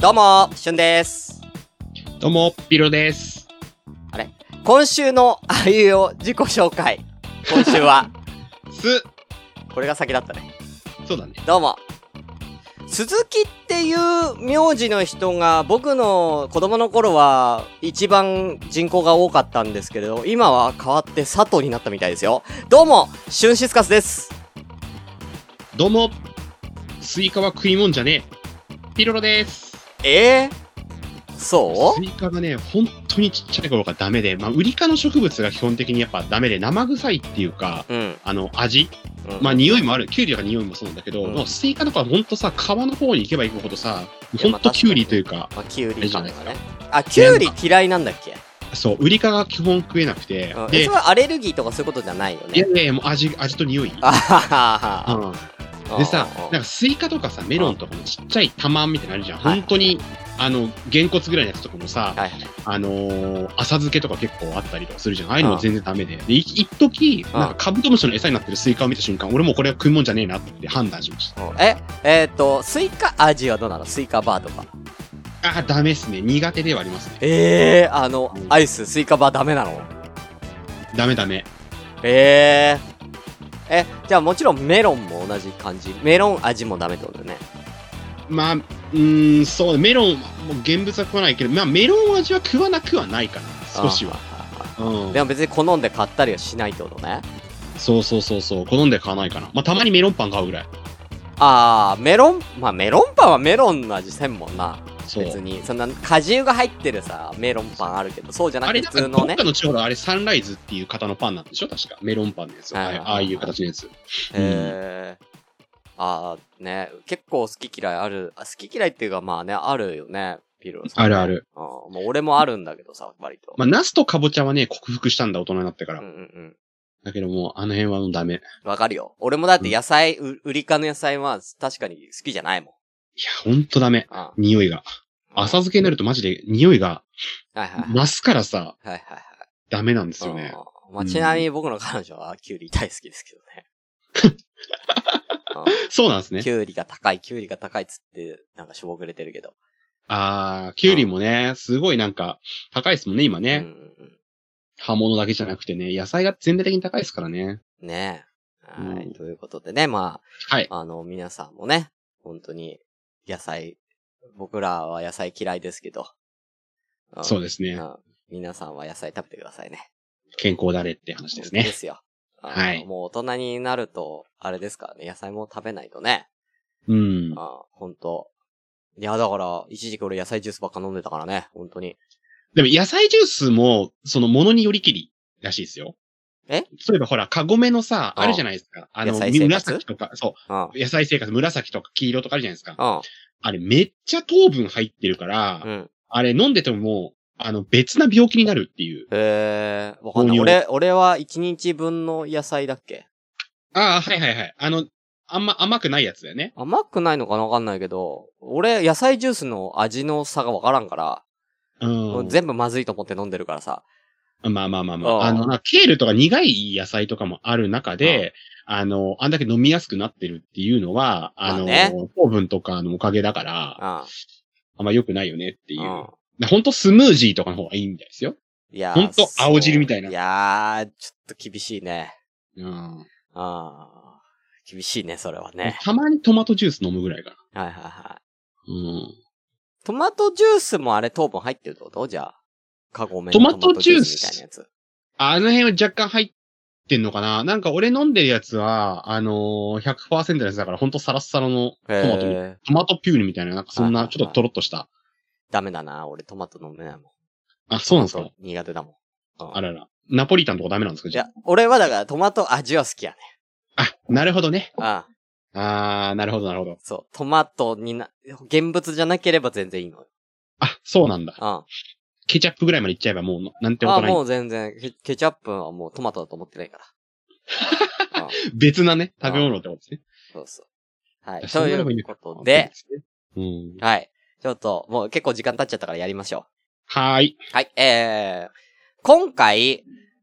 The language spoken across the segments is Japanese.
どうも、しゅんです。 どうも、ピロです。 あれ今週のあゆよ自己紹介。今週はこれが先だったね。 そうだね。 どうも。鈴木っていう名字の人が僕の子供の頃は一番人口が多かったんですけれど、今は変わって佐藤になったみたいですよ。どうも、シュンシスカスです。 どうも、スイカは食いもんじゃねえ。ピロロです。 そうスイカがね、本当にちっちゃい頃からダメで、ウリ科の植物が基本的にやっぱダメで、生臭いっていうか、味、匂いもある。キュウリとか匂いもそうなんだけど、スイカとかほんとさ、皮の方に行けば行くほどさ、ほんとキュウリというか、 キュウリじゃないですかね。キュウリ嫌いなんだっけ？ そう、ウリ科が基本食えなくて。 で、それはアレルギーとかそういうことじゃないよね。 いや、もう味と匂い。でさ、なんかスイカとかさ、メロンとかもちっちゃい玉みたいなのあるじゃん。本当に、げんこつぐらいのやつとかもさ、浅漬けとか結構あったりとかするじゃん。ああいうのも全然ダメで。で、一時なんかカブトムシの餌になってるスイカを見た瞬間、俺もこれは食い物じゃねえなって判断しました。 スイカ味はどうなの？スイカバーとか。 ダメっすね。苦手ではありますね。 アイス、スイカバーダメなの？ ダメ。 じゃあもちろんメロンも同じ感じ。メロン味もダメってことだよね。そう、メロンも現物は食わないけど、メロン味は食わなくはないかな、少しは。 でも別に好んで買ったりはしないってことね。 そう、好んで買わないかな。たまにメロンパン買うぐらい。 メロンパンはメロンの味せんもんな。別に、そんな果汁が入ってるさ、メロンパンあるけど、そうじゃなくて普通のね。 どっかの地方のサンライズっていう型のパンなんでしょ確か。メロンパンのやつ。ああいう形のやつ。 ね、結構好き嫌いある。好き嫌いっていうかあるよね、ピロさん、 あるある。 もう俺もあるんだけどさ、割と。 ナスとカボチャはね、克服したんだ、大人になってから。だけどもう、あの辺はダメ。 わかるよ。俺もだって野菜、ウリ科の野菜は確かに好きじゃないもん。 いや、ほんとダメ。匂いが。浅漬けになるとマジで匂いが、増すからさ、ダメなんですよね。 ちなみに僕の彼女はキュウリ大好きですけどね。 そうなんですね。 キュウリが高いっつって、なんかしょぼくれてるけど。 キュウリもね、すごいなんか、高いですもんね、今ね。葉物だけじゃなくてね、野菜が全体的に高いですからね。 ねえ。はい。ということでね、皆さんもね、本当に、野菜、僕らは野菜嫌いですけど。 そうですね。 皆さんは野菜食べてくださいね。 健康だれって話ですね。 ですよ。 はい。 もう大人になると、あれですからね、野菜も食べないとね。ほんと。いや、だから、一時期俺野菜ジュースばっか飲んでたからね、本当に。 でも野菜ジュースも、そのものによりきりらしいですよ。例えばほら、カゴメのさ、あるじゃないですか。紫とか、そう。野菜生活、紫とか黄色とかあるじゃないですか。あれめっちゃ糖分入ってるから、あれ飲んでてももう、別な病気になるっていう。 わかんない。俺は1日分の野菜だっけ？ はい。あんま甘くないやつだよね。 甘くないのかなわかんないけど、俺、野菜ジュースの味の差がわからんから、全部まずいと思って飲んでるからさ。 ケールとか苦い野菜とかもある中で、あんだけ飲みやすくなってるっていうのは、糖分とかのおかげだから、あんま良くないよねっていう。ほんとスムージーとかの方がいいみたいですよ。 いやほんと青汁みたいな。 いやー、ちょっと厳しいね。厳しいね、それはね。 たまにトマトジュース飲むぐらいかな。トマトジュースもあれ糖分入ってるってことじゃあ。カゴメのトマトジュースみたいなやつ。 あの辺は若干入ってんのかな？なんか俺飲んでるやつは、100% のやつだからほんとサラッサラのトマトピュールみたいな、なんかそんなちょっとトロッとした。 ダメだな、俺トマト飲めないもん。 そうなんですか？ 苦手だもん。 あらら。ナポリタンとかダメなんですか？ いや、俺はだからトマト味は好きやね。 なるほどね。なるほど。 そう、トマト現物じゃなければ全然いいのよ。 そうなんだ。ケチャップぐらいまでいっちゃえばもう、なんてことない。 もう全然、ケチャップはもうトマトだと思ってないから。 別なね、食べ物ってことですね。 そう。はい。ということで、はい。ちょっと、もう結構時間経っちゃったからやりましょう。 はい。 今回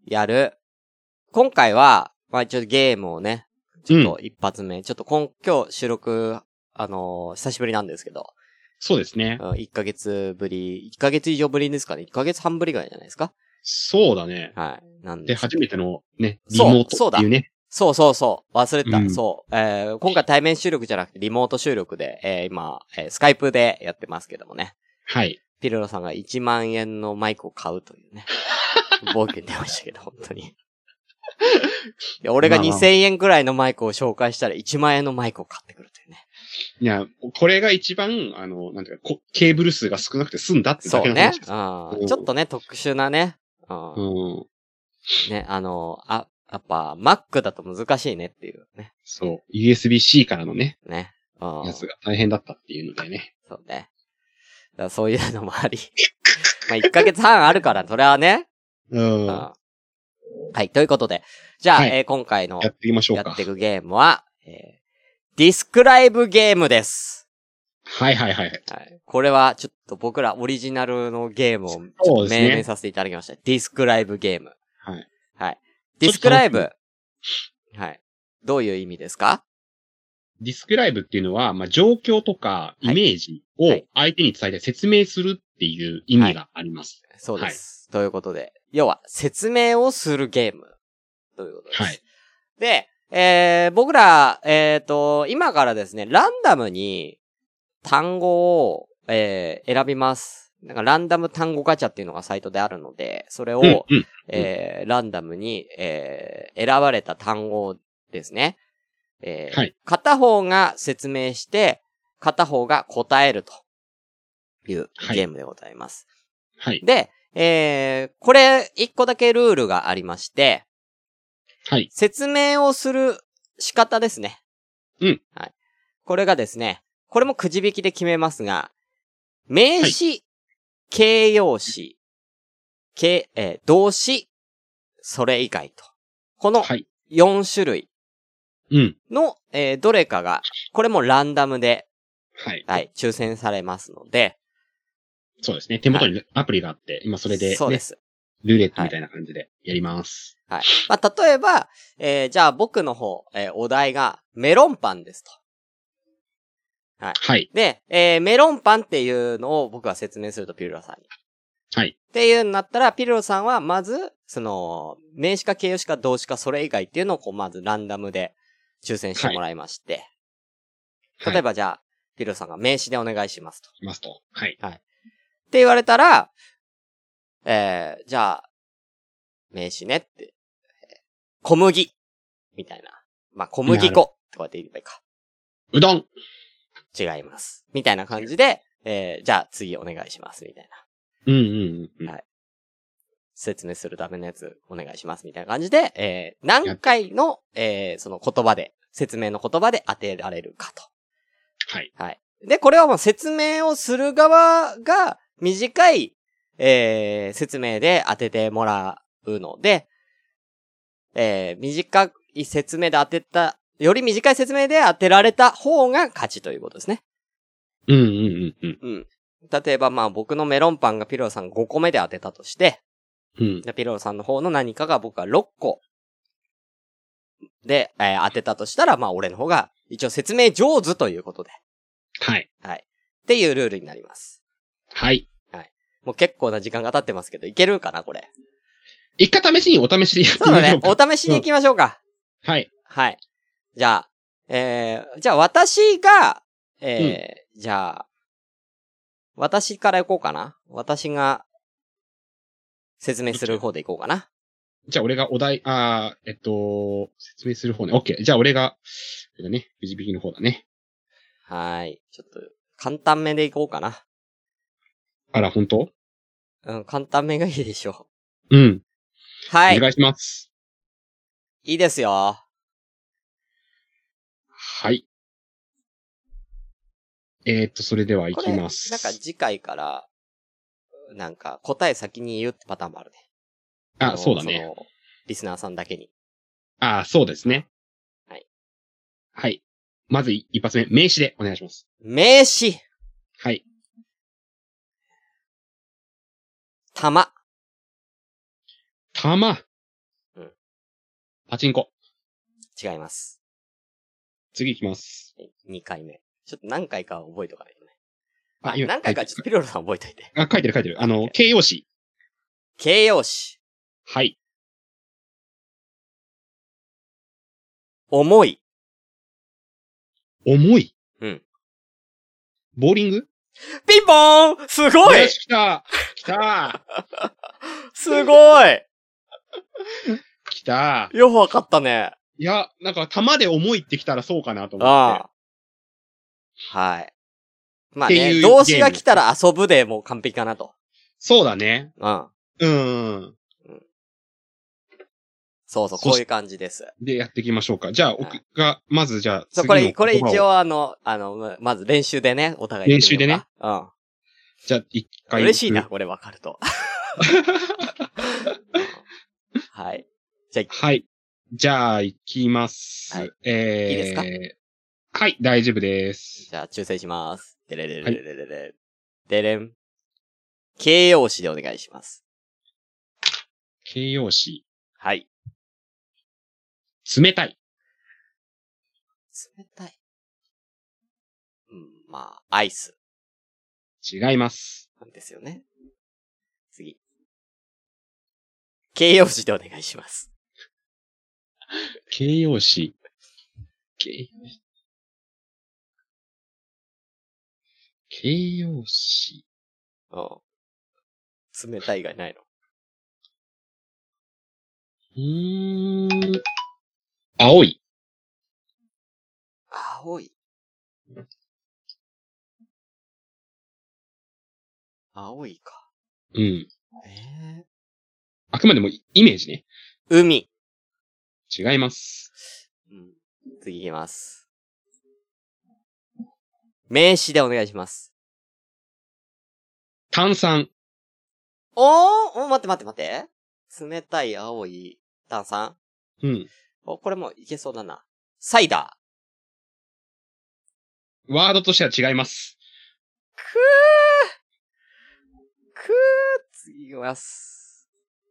は、ちょっとゲームをね、ちょっと一発目、ちょっと今日収録、久しぶりなんですけど、 そうですね。 1ヶ月ぶり、1ヶ月以上ぶりですかね。1ヶ月半ぶりぐらいじゃないですか。 そうだね。 はい。なんで、初めてのね、リモートっていうね。 そう。忘れた。そう。今回対面収録じゃなくてリモート収録で、今、スカイプでやってますけどもね。 はい。 ピルロさんが1万円のマイクを買うというね。冒険出ましたけど、本当に。いや俺が2000円くらいのマイクを紹介したら1万円のマイクを買ってくるというね。 いや、これが一番、なんていうか、ケーブル数が少なくて済んだってだけの話です。 そうね。ちょっとね、特殊なね。ね、やっぱ、Mac だと難しいねっていうね。 そう。USB-C からのね。 ね。 やつが大変だったっていうのでね。 そうね。だからそういうのもあり。まあ、1ヶ月半あるから、それはね。はい。ということで。じゃあ、今回のやっていきましょうか。 やっていくゲームは、ディスクライブゲームです。 はい。 これはちょっと僕らオリジナルのゲームを命名させていただきました。ディスクライブゲーム。はい。ディスクライブ。はい。どういう意味ですか？ ディスクライブっていうのは、まあ、状況とかイメージを相手に伝えて説明するっていう意味があります。 そうです。ということで、要は説明をするゲームということです。はい。で、僕ら、今からですね、ランダムに単語を、選びます。なんかランダム単語ガチャっていうのがサイトであるので、それを、ランダムに、選ばれた単語ですね。はい。片方が説明して、片方が答えるというゲームでございます。はい。で、これ一個だけルールがありまして、はい。説明をする仕方ですね。うん。はい。これがですね、これもくじ引きで決めますが、名詞、形容詞、動詞、それ以外と。この4種類の、どれかが、これもランダムで、はい、抽選されますので。 そうですね。手元にアプリがあって、今それで、ね、そうです。ルーレットみたいな感じでやります。 はい。まあ、例えば、じゃあ僕の方、お題がメロンパンですと。はい。はい。で、メロンパンっていうのを僕が説明するとピルロさんに。はい。っていうになったら、ピルロさんはまず、名詞か形容詞か動詞かそれ以外っていうのをこう、まずランダムで抽選してもらいまして。はい。例えばじゃあ、ピルロさんが名詞でお願いしますと。はい。はい。って言われたら、じゃあ、名詞ねって、小麦。みたいな。まあ、小麦粉。ってこうやって言えばいいか。 うどん。 違います。みたいな感じで、じゃあ次お願いします。みたいな。はい。説明するためのやつお願いします。みたいな感じで、何回の、その言葉で、説明の言葉で当てられるかと。はい。はい。で、これはもう説明をする側が短い、説明で当ててもらうので、短い説明で当てた、より短い説明で当てられた方が勝ちということですね。うん。例えばまあ僕のメロンパンがピロロさん5個目で当てたとして、ピロロさんの方の何かが僕は6個で、当てたとしたら、まあ俺の方が一応説明上手ということで。はい。はい。っていうルールになります。はい。はい。もう結構な時間が経ってますけど、いけるかなこれ。 一回試しにお試しでやってみましょうか。そうだね。お試しに行きましょうか。はい。はい。じゃあ、じゃあ私が、じゃあ、私から行こうかな。私が説明する方で行こうかな。 じゃあ俺がお題、説明する方ね。OK。じゃあ俺が、これだね。くじ引きの方だね。 はい。ちょっと、簡単めで行こうかな。 あら、本当？ うん、簡単めがいいでしょう。うん。 はい。 お願いします。 いいですよ。 はい。それでは行きます。 なんか次回から、なんか答え先に言うってパターンもあるね。 あ、そうだね。 リスナーさんだけに。 あ、そうですね。はい。はい。まず一発目、名詞でお願いします。 名詞。 はい。 玉。 玉。うん。パチンコ。 違います。 次行きます。 2回目。ちょっと何回か覚えとかないとね。 何回かピロロさん覚えといて。 書いてる。形容詞。 形容詞。 はい。 重い。 重い。 うん。 ボーリング？ ピンポーン！すごい！ よし、来たすごい来たよくわかったね。 いや、なんか、玉で重いってきたらそうかなと思って。 ああ。はい。まあね、動詞が来たら遊ぶでもう完璧かなと。 そうだね。 うん。そう、こういう感じです。 で、やっていきましょうか。じゃあ、僕が、まずじゃあ、 そう、これ一応まず練習でね、お互い練習でね。 うん。 じゃあ、一回。 嬉しいな、これ分かると。はい。 はい。じゃあ、行きます。 はい。いいですか？ はい、大丈夫です。 じゃあ、抽選します。でれれれれれれ。でれん。形容詞でお願いします。 形容詞。 はい。 冷たい。 冷たい。まあ、アイス。 違います。 なんですよね。次。形容詞でお願いします。 形容詞。形容詞。 冷たい以外ないの？ 青い。 青い。青いか。 うん。あくまでもイメージね。 海。 違います。 次いきます。名詞でお願いします。 炭酸。 待って。冷たい青い炭酸。これもいけそうだな。サイダー。ワードとしては違います。 次いきます。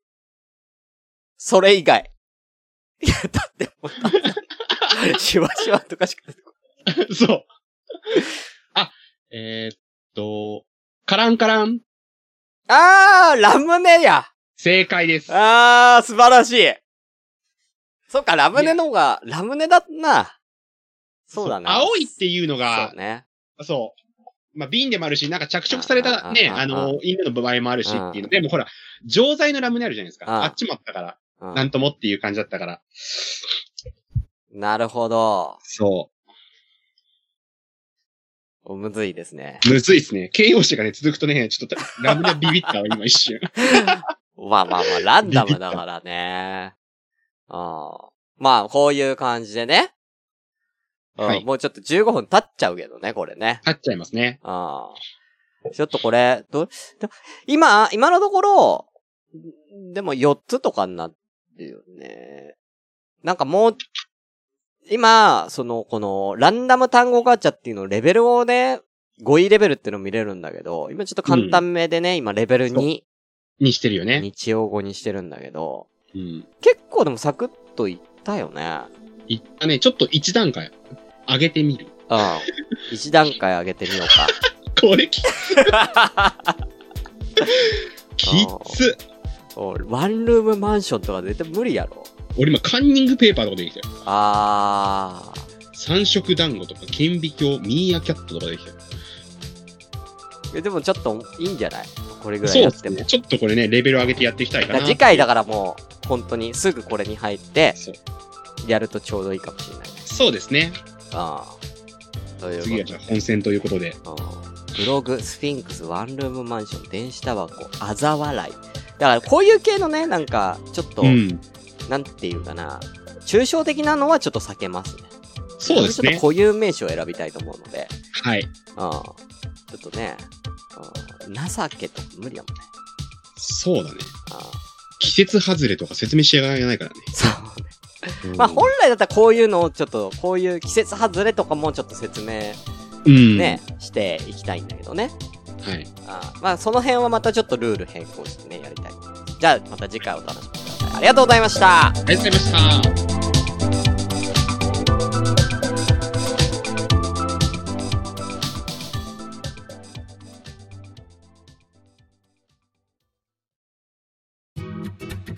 それ以外。いや、だってもう、シュワシュワとかしか出てこない。そう。カランカラン。 ラムネや。 正解です。 素晴らしい。そっか、ラムネの方が、ラムネだな。そうだね。 青いっていうのが、 そうね。 そう。まあ、瓶でもあるし、なんか着色されたね、飲料の場合もあるしっていうので、もほら、錠剤のラムネあるじゃないですか。あっちもあったから、なんともっていう感じだったから。 なるほど。 そう。 むずいですね。 むずいですね。形容詞がね、続くとね、ちょっとラムネビビったわ、今一瞬。 まあ、ランダムだからね。まあ、こういう感じでね。はい、もうちょっと15分経っちゃうけどね、これね。 経っちゃいますね。 ちょっとこれ、今のところ、でも4つとかになってるよね。なんかもう、今、この、ランダム単語ガチャっていうのレベルをね、5位レベルっていうの見れるんだけど、今ちょっと簡単めでね、今レベル2。 にしてるよね。 日曜語にしてるんだけど、結構でもサクッといったよね。 いったね、ちょっと1段階上げてみる。 1段階上げてみようか。 これきつきつワンルームマンションとか絶対無理やろ。 俺今カンニングペーパーとかできたよ。三色団子とか顕微鏡ミーアキャットとかできたよ。 でもちょっといいんじゃない？これぐらいやっても。 そう、ちょっとこれね、レベル上げてやっていきたいかな。 次回だからもう、本当にすぐこれに入って、やるとちょうどいいかもしれない。 そうですね。次はじゃあ本戦ということで。 ブログ、スフィンクス、ワンルームマンション、電子タバコ、あざ笑い。だからこういう系のね、なんか、ちょっと、なんていうかな、抽象的なのはちょっと避けますね。 そうですね。 ちょっと固有名詞を選びたいと思うので。 はい。 ちょっとね、情けとか無理だもんね。 そうだね。季節外れとか説明しやがないからね。 そうね。まあ本来だったらこういうのをちょっと、こういう季節外れとかもちょっと説明、ね、していきたいんだけどね。 はい。 まあその辺はまたちょっとルール変更してね、やりたい。じゃあまた次回お楽しみください。ありがとうございました。 ありがとうございました。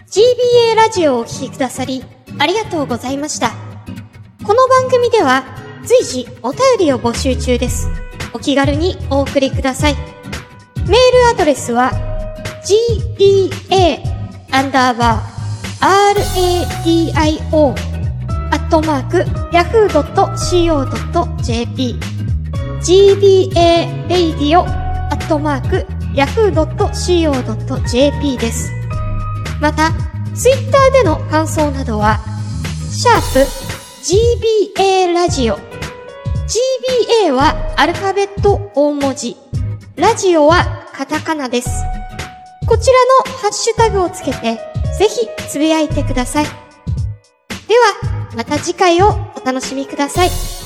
GBA ラジオをお聴きくださり、ありがとうございました。この番組では、随時お便りを募集中です。お気軽にお送りください。メールアドレスは、gba_radio@yahoo.co.jp gba_radio@yahoo.co.jp です。また、ツイッターでの感想などは、#GBA ラジオ。GBA はアルファベット大文字。ラジオはカタカナです。こちらのハッシュタグをつけて、ぜひつぶやいてください。では、また次回をお楽しみください。